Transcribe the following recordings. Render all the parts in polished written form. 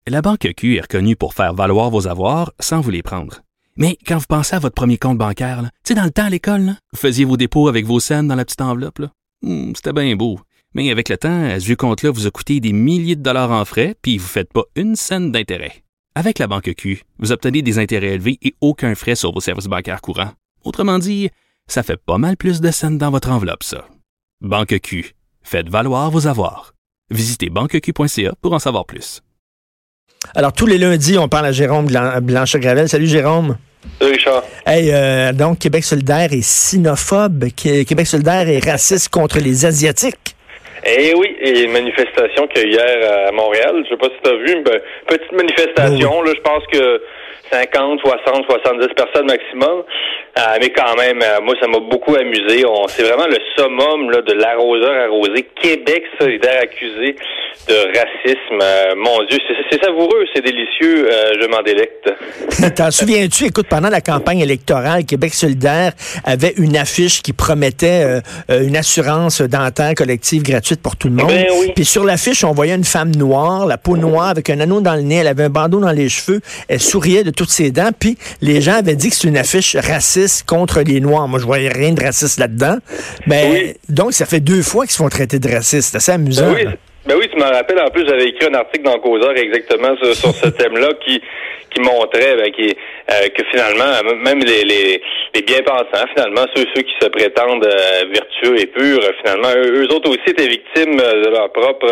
La Banque Q est reconnue pour faire valoir vos avoirs sans vous les prendre. Mais quand vous pensez à votre premier compte bancaire, tu sais, dans le temps à l'école, là, vous faisiez vos dépôts avec vos scènes dans la petite enveloppe. Là. C'était bien beau. Mais avec le temps, ce vieux compte-là vous a coûté des milliers de dollars en frais, puis vous ne faites pas une scène d'intérêt. Avec la Banque Q, vous obtenez des intérêts élevés et aucun frais sur vos services bancaires courants. Autrement dit, ça fait pas mal plus de scènes dans votre enveloppe, ça. Banque Q. Faites valoir vos avoirs. Visitez banqueq.ca pour en savoir plus. Alors, tous les lundis, on parle à Jérôme Blanchet-Gravel. Salut, Jérôme. Salut, Richard. Hey, donc, Québec solidaire est sinophobe. Québec solidaire est raciste contre les Asiatiques. Eh oui, il y a une manifestation qu'il y a hier à Montréal. Je sais pas si tu as vu, une petite manifestation. Oui. Là, je pense que 50, 60, 70 personnes maximum. Mais quand même, moi, ça m'a beaucoup amusé. C'est vraiment le summum là, de l'arroseur arrosé. Québec solidaire accusé de racisme. Mon Dieu, c'est savoureux, c'est délicieux. Je m'en délecte. T'en souviens-tu? Écoute, pendant la campagne électorale, Québec solidaire avait une affiche qui promettait une assurance dentaire collective gratuite pour tout le monde. Ben oui. Puis sur l'affiche, on voyait une femme noire, la peau noire, avec un anneau dans le nez. Elle avait un bandeau dans les cheveux. Elle souriait de toutes ses dents. Puis les gens avaient dit que c'est une affiche raciste contre les Noirs. Moi, je voyais rien de raciste là-dedans. Ben, oui. Donc, ça fait 2 fois qu'ils se font traiter de racistes. C'est assez amusant. Ben oui, tu m'en rappelles. En plus, j'avais écrit un article dans Causeur exactement sur ce thème-là qui montrait que finalement, même les bien-pensants, finalement, ceux qui se prétendent vertueux et purs, finalement, eux autres aussi étaient victimes de leur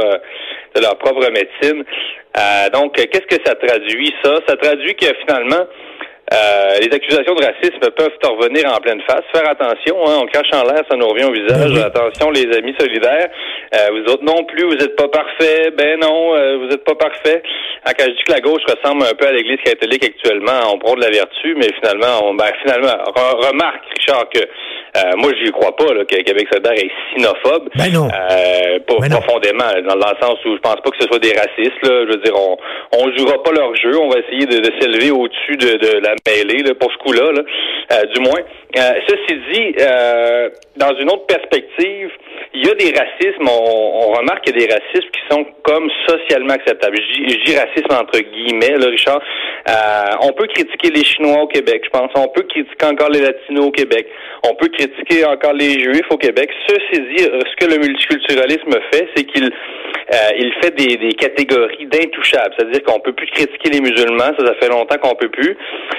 propre médecine. Donc, qu'est-ce que ça traduit, ça? Ça traduit que finalement, les accusations de racisme peuvent te revenir en pleine face. Faire attention, hein, on crache en l'air, ça nous revient au visage. Oui. Attention, les amis solidaires. Vous autres non plus, vous êtes pas parfaits. Ben non, vous êtes pas parfaits. Quand je dis que la gauche ressemble un peu à l'Église catholique actuellement, on prône de la vertu, mais finalement, remarque, Richard, que moi, j'y crois pas là, que Québec solidaire est sinophobe. Ben non. Profondément, dans le sens où je pense pas que ce soit des racistes. Là. Je veux dire, on jouera pas leur jeu. On va essayer de s'élever au-dessus de la mêlée là, pour ce coup-là, là, du moins. Ceci dit, dans une autre perspective, il y a des racismes, on remarque qu'il y a des racismes qui sont comme socialement acceptables. Je dis racisme entre guillemets, là, Richard. On peut critiquer les Chinois au Québec, je pense. On peut critiquer encore les Latinos au Québec. On peut critiquer encore les Juifs au Québec. Ceci dit, ce que le multiculturalisme fait, c'est qu'il fait des catégories d'intouchables. C'est-à-dire qu'on peut plus critiquer les musulmans, ça fait longtemps qu'on peut plus.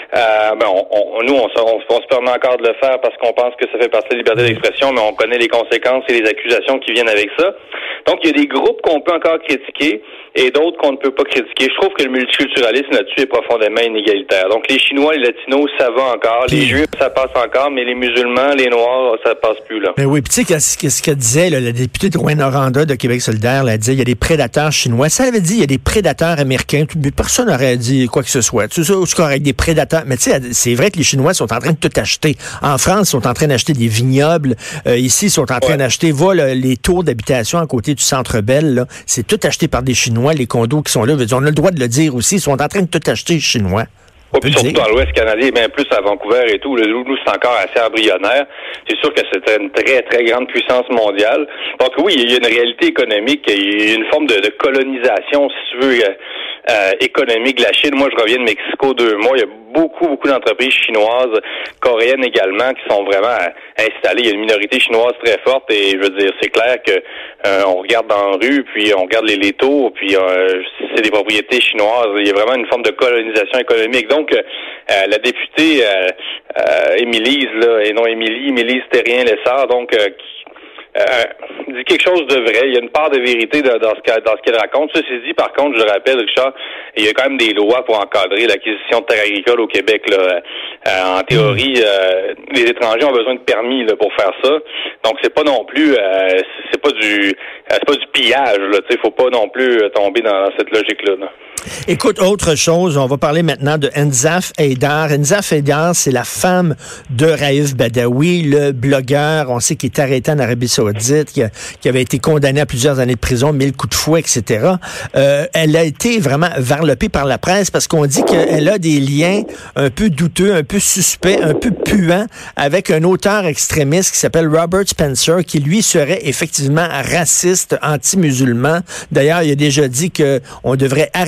Nous, on se permet encore de le faire parce qu'on pense que ça fait partie de la liberté d'expression, mais on connaît les conséquences et les accusations qui viennent avec ça. Donc, il y a des groupes qu'on peut encore critiquer et d'autres qu'on ne peut pas critiquer. Je trouve que le multiculturalisme là-dessus est profondément inégalitaire. Donc, les Chinois, les Latinos, ça va encore. Les Juifs, ça passe encore, mais les musulmans, les Noirs, ça passe plus, là. Ben oui, puis tu sais, ce que disait là, le député de Rouyn-Noranda de Québec solidaire, là, disait il y a des prédateurs chinois. Ça avait dit il y a des prédateurs américains. Personne n'aurait dit quoi que ce soit. Tu sais, c'est correct, des prédateurs. Mais tu sais, c'est vrai que les Chinois sont en train de tout acheter. En France, ils sont en train d'acheter des vignobles. Ici, ils sont en train d'acheter, les tours d'habitation à côté du Centre Bell, là. C'est tout acheté par des Chinois, les condos qui sont là. On a le droit de le dire aussi. Ils sont en train de tout acheter, les Chinois. Puis surtout dans l'Ouest canadien, bien plus à Vancouver et tout. Nous, c'est encore assez embryonnaire. C'est sûr que c'est une très, très grande puissance mondiale. Donc oui, il y a une réalité économique, il y a une forme de colonisation, si tu veux, économique de la Chine. Moi, je reviens de Mexico 2 mois. Il y a beaucoup d'entreprises chinoises, coréennes également, qui sont vraiment installées. Il y a une minorité chinoise très forte et je veux dire, c'est clair que on regarde dans la rue, puis on regarde les tours, puis c'est des propriétés chinoises. Il y a vraiment une forme de colonisation économique. Donc, la députée Émilise, là, et non Émilise Thérien-Lessard, donc dit quelque chose de vrai. Il y a une part de vérité dans ce qu'elle raconte. Ceci dit, par contre, je rappelle, Richard, il y a quand même des lois pour encadrer l'acquisition de terres agricoles au Québec. Là. En théorie, les étrangers ont besoin de permis là, pour faire ça. Donc c'est pas non plus c'est pas du pillage. Là. Tu sais, faut pas non plus tomber dans cette logique-là. Là. Écoute, autre chose, on va parler maintenant de Enzaf Haidar. Enzaf Haidar, c'est la femme de Raif Badawi, le blogueur, on sait qu'il est arrêté en Arabie Saoudite, qui avait été condamné à plusieurs années de prison, 1000 coups de fouet, etc. Elle a été vraiment varlopée par la presse parce qu'on dit qu'elle a des liens un peu douteux, un peu suspects, un peu puants avec un auteur extrémiste qui s'appelle Robert Spencer, qui lui serait effectivement raciste, anti-musulman. D'ailleurs, il a déjà dit qu'on devrait arrêter les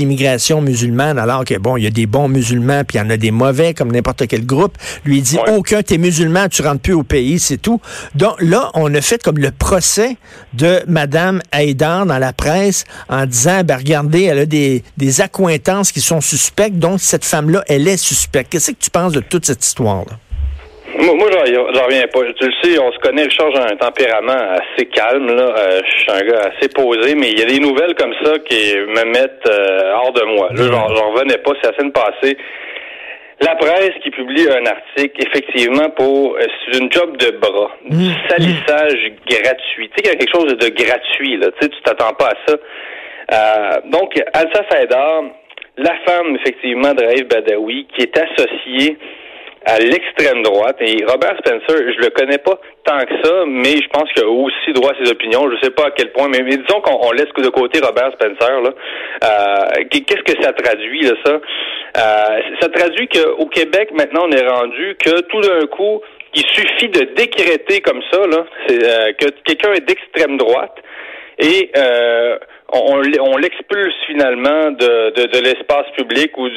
l'immigration musulmane, alors que, bon, il y a des bons musulmans, puis il y en a des mauvais, comme n'importe quel groupe. Lui, il dit, aucun, t'es musulman, tu rentres plus au pays, c'est tout. Donc, là, on a fait comme le procès de Madame Haïdar dans la presse en disant, ben, regardez, elle a des accointances qui sont suspectes, donc cette femme-là, elle est suspecte. Qu'est-ce que tu penses de toute cette histoire-là? Moi, j'en reviens pas. Tu le sais, on se connaît, Richard, j'ai un tempérament assez calme, là. Je suis un gars assez posé, mais il y a des nouvelles comme ça qui me mettent hors de moi. Là, j'en revenais pas, c'est la semaine passée. La presse qui publie un article, effectivement, pour c'est une job de bras, du salissage gratuit. Tu sais qu'il y a quelque chose de gratuit, là. Tu sais, tu t'attends pas à ça. Donc, Ansaf Haïdar, la femme, effectivement, de Raif Badawi, qui est associée à l'extrême droite. Et Robert Spencer, je le connais pas tant que ça, mais je pense qu'il a aussi droit à ses opinions. Je sais pas à quel point, mais disons qu'on laisse de côté Robert Spencer, là. Qu'est-ce que ça traduit, là, ça? Ça traduit qu'au Québec, maintenant, on est rendu que tout d'un coup, il suffit de décréter comme ça, là, que quelqu'un est d'extrême droite et on l'expulse finalement de l'espace public ou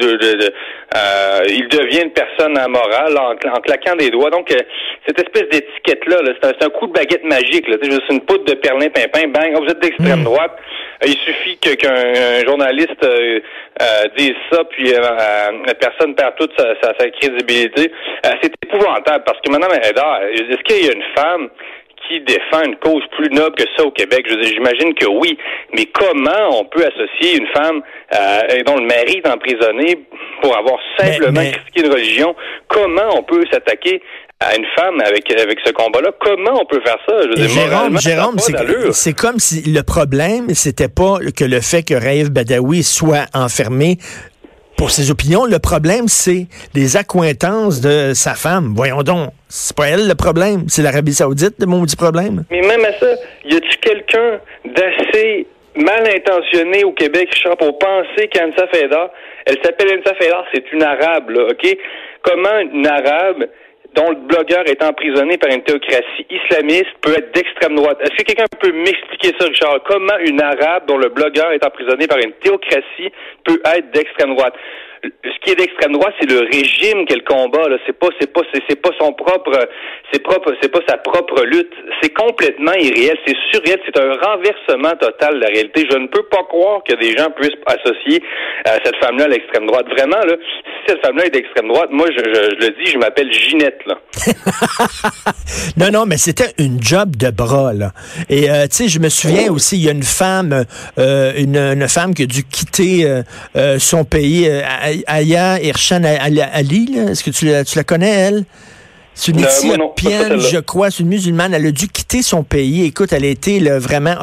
il devient une personne amorale en claquant des doigts. Donc cette espèce d'étiquette-là, c'est un coup de baguette magique, là, c'est une poudre de perlimpinpin, bang, vous êtes d'extrême droite. Il suffit qu'un journaliste dise ça, puis la personne perd toute sa crédibilité. C'est épouvantable parce que maintenant, est-ce qu'il y a une femme qui défend une cause plus noble que ça au Québec? J'imagine que oui. Mais comment on peut associer une femme dont le mari est emprisonné pour avoir simplement critiqué une religion? Comment on peut s'attaquer à une femme avec ce combat-là? Comment on peut faire ça? Jérôme, c'est comme si le problème, c'était pas que le fait que Raif Badawi soit enfermé pour ses opinions. Le problème, c'est les accointances de sa femme. Voyons donc. C'est pas elle le problème. C'est l'Arabie Saoudite, le maudit problème. Mais même à ça, y a-tu quelqu'un d'assez mal intentionné au Québec, Richard, pour penser qu'Ansaf Haïdar, elle s'appelle Ansaf Haïdar, c'est une arabe, là, OK? Comment une arabe dont le blogueur est emprisonné par une théocratie islamiste peut être d'extrême droite? Est-ce que quelqu'un peut m'expliquer ça, Richard? Comment une arabe dont le blogueur est emprisonné par une théocratie peut être d'extrême droite? Ce qui est d'extrême droite, c'est le régime qu'elle combat, là. C'est pas son propre, c'est pas sa propre lutte. C'est complètement irréel. C'est surréel. C'est un renversement total de la réalité. Je ne peux pas croire que des gens puissent associer cette femme-là à l'extrême droite. Vraiment, là, si cette femme-là est d'extrême droite, moi, je le dis, je m'appelle Ginette, là. Non, mais c'était une job de bras, là. Et, tu sais, je me souviens aussi, il y a une femme, une femme qui a dû quitter son pays, Aya Irshan Ali, là. Est-ce que tu la connais, elle? C'est une Éthiopienne, je crois, c'est une musulmane. Elle a dû quitter son pays. Écoute, elle a été là, vraiment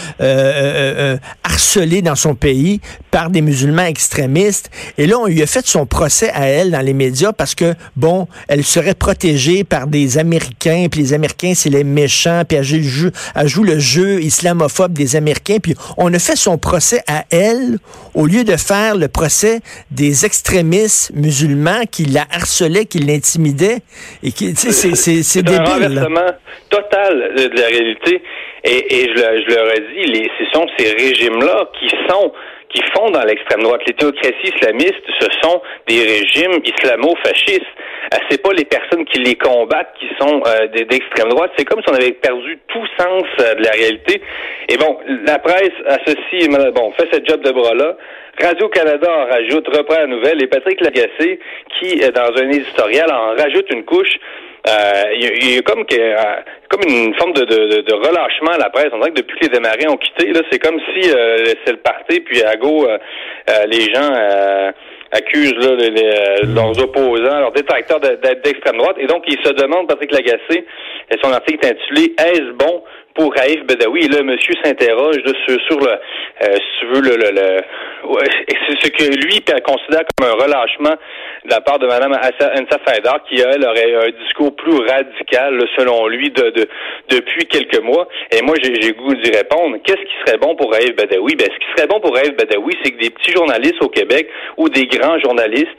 harcelée dans son pays par des musulmans extrémistes. Et là, on lui a fait son procès à elle dans les médias parce que, bon, elle serait protégée par des Américains, puis les Américains, c'est les méchants, puis elle joue le jeu islamophobe des Américains. Puis on a fait son procès à elle au lieu de faire le procès des extrémistes musulmans qui la harcelaient, qui l'intimidaient et qui, tu sais, c'est débile. C'est un renversement total de la réalité. Et je leur ai dit, ce sont ces régimes-là qui font dans l'extrême droite. Les théocraties islamistes, ce sont des régimes islamo-fascistes. C'est pas les personnes qui les combattent qui sont d'extrême droite. C'est comme si on avait perdu tout sens de la réalité. Et bon, la presse associe, fait cette job de bras-là. Radio-Canada en rajoute, reprend la nouvelle, et Patrick Lagacé, qui, dans un éditorial, en rajoute une couche. Il y a comme une forme de relâchement à la presse. On dirait que depuis que les démarrés ont quitté, là, c'est comme si c'est le parti, puis à go, les gens accusent là, leurs opposants, leurs détracteurs d'être d'extrême droite. Et donc, il se demande, Patrick Lagacé, et son article est intitulé « Est-ce bon pour Raif Badawi ?» Et là, monsieur s'interroge sur le si tu veux, ce que lui considère comme un relâchement de la part de Mme Ansaf Haïdar, qui, elle, aurait un discours plus radical, là, selon lui, depuis quelques mois. Et moi, j'ai goût d'y répondre. Qu'est-ce qui serait bon pour Raif Badawi? Ce qui serait bon pour Raif Badawi, c'est que des petits journalistes au Québec ou des grands journalistes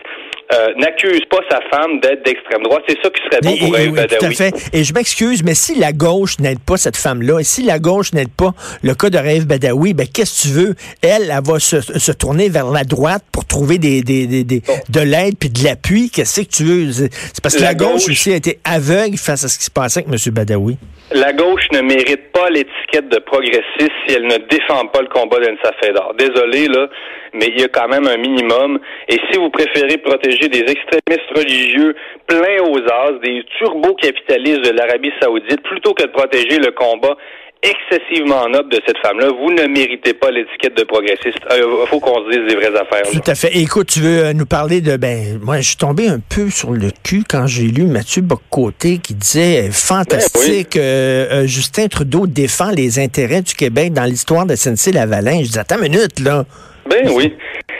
n'accuse pas sa femme d'être d'extrême droite. C'est ça qui serait bon pour Raif Badawi. Tout à fait. Et je m'excuse, mais si la gauche n'aide pas cette femme-là, et si la gauche n'aide pas le cas de Raif Badawi, ben qu'est-ce que tu veux? Elle va se tourner vers la droite pour trouver de l'aide puis de l'appui. Qu'est-ce que tu veux? C'est parce que la gauche aussi a été aveugle face à ce qui se passait avec M. Badawi. La gauche ne mérite pas l'étiquette de progressiste si elle ne défend pas le combat d'Ensaf Haidar. Désolé, là, mais il y a quand même un minimum. Et si vous préférez protéger des extrémistes religieux pleins aux as, des turbo-capitalistes de l'Arabie Saoudite, plutôt que de protéger le combat excessivement noble de cette femme-là, vous ne méritez pas l'étiquette de progressiste. Il faut qu'on se dise des vraies affaires. Tout à fait. Écoute, tu veux nous parler de... moi, je suis tombé un peu sur le cul quand j'ai lu Mathieu Bock-Côté qui disait fantastique, Justin Trudeau défend les intérêts du Québec dans l'histoire de SNC-Lavalin. Je dis, attends une minute, là. Ben oui.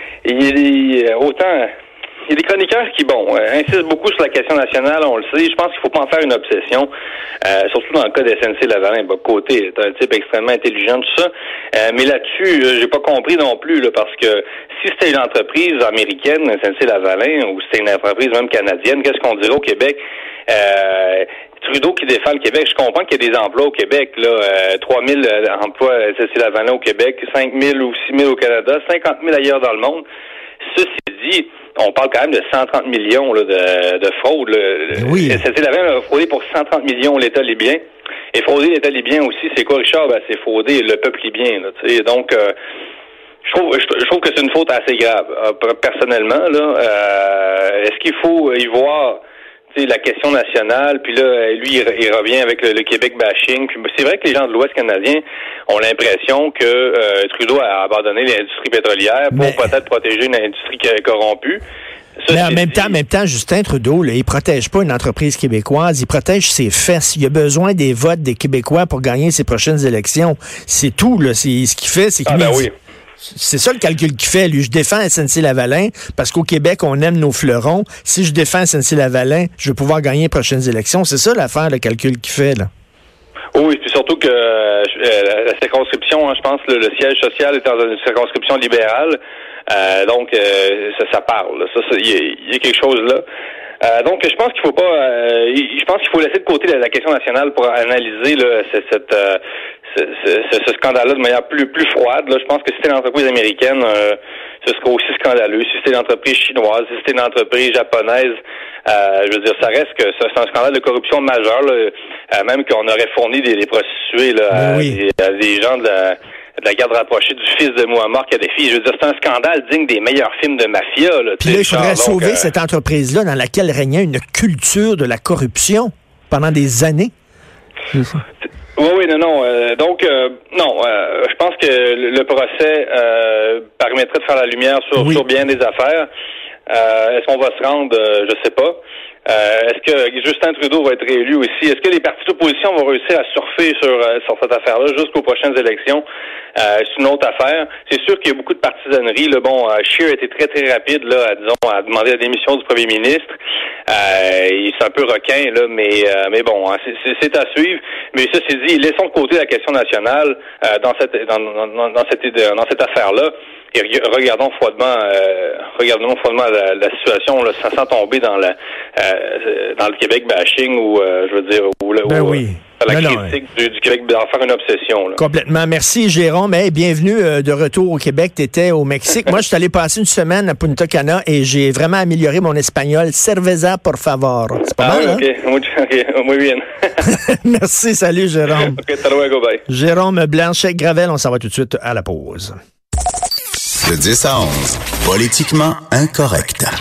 Il y a des chroniqueurs qui, insistent beaucoup sur la question nationale, on le sait. Je pense qu'il faut pas en faire une obsession, surtout dans le cas de SNC-Lavalin. Bock-Côté est un type extrêmement intelligent, tout ça. Mais là-dessus, j'ai pas compris non plus, là, parce que si c'était une entreprise américaine, SNC-Lavalin, ou c'était une entreprise même canadienne, qu'est-ce qu'on dirait au Québec? Trudeau qui défend le Québec, je comprends qu'il y a des emplois au Québec, là, 3 000 emplois SNC-Lavalin au Québec, 5 000 ou 6 000 au Canada, 50 000 ailleurs dans le monde. Ceci dit, on parle quand même de 130 millions là, de fraude. Oui. SNC-Lavalin a fraudé pour 130 millions l'État libyen. Et frauder l'État libyen aussi, c'est quoi, Richard? Ben, c'est frauder le peuple libyen. Là, donc, je trouve que c'est une faute assez grave. Personnellement, là, est-ce qu'il faut y voir la question nationale, puis là, lui, il revient avec le Québec bashing. Puis c'est vrai que les gens de l'Ouest canadien ont l'impression que Trudeau a abandonné l'industrie pétrolière pour peut-être protéger une industrie corrompue. Mais en même temps, Justin Trudeau, là, il protège pas une entreprise québécoise, il protège ses fesses. Il a besoin des votes des Québécois pour gagner ses prochaines élections. C'est tout, là. Ce qu'il fait, c'est qu'il oui. C'est ça le calcul qu'il fait. Lui, je défends SNC-Lavalin parce qu'au Québec, on aime nos fleurons. Si je défends SNC-Lavalin, je vais pouvoir gagner les prochaines élections. C'est ça l'affaire, le calcul qu'il fait, là. Oui, puis surtout que la circonscription, je pense, le siège social est dans une circonscription libérale. Donc, ça parle. Il y a quelque chose là. Donc, je pense qu'il faut pas. Je pense qu'il faut laisser de côté la question nationale pour analyser là, ce scandale-là de manière plus froide. Là, je pense que si c'était une entreprise américaine, ce serait aussi scandaleux. Si c'était une entreprise chinoise, si c'était une entreprise japonaise, je veux dire, ça reste que c'est un scandale de corruption majeur. Là, même qu'on aurait fourni des prostituées là, à des gens de la garde rapprochée du fils de Muammar Kadhafi. Je veux dire, c'est un scandale digne des meilleurs films de mafia. Là, puis là, il faudrait sauver cette entreprise-là dans laquelle régnait une culture de la corruption pendant des années. Oui, non. Donc, je pense que le procès permettrait de faire la lumière sur bien des affaires. Est-ce qu'on va se rendre? Je sais pas. Est-ce que Justin Trudeau va être réélu aussi? Est-ce que les partis d'opposition vont réussir à surfer sur cette affaire-là jusqu'aux prochaines élections? C'est une autre affaire. C'est sûr qu'il y a beaucoup de partisanerie. Là. Scheer a été très, très rapide là, à demander la démission du premier ministre. Il est un peu requin, là, mais bon, c'est à suivre. Mais ceci dit, laissons de côté la question nationale dans cette affaire-là. Et regardons froidement la situation là, sans tomber dans le Québec bashing ou je veux dire la critique du Québec d'en faire une obsession. Là. Complètement. Merci Jérôme. Hey, bienvenue de retour au Québec. Tu étais au Mexique. Moi, je suis allé passer une semaine à Punta Cana et j'ai vraiment amélioré mon espagnol. Cerveza, por favor. C'est pas mal, OK. Muy bien. Merci. Salut, Jérôme. OK, hasta luego, bye. Jérôme Blanchet-Gravel. On s'en va tout de suite à la pause. De 10 à 11, politiquement incorrect.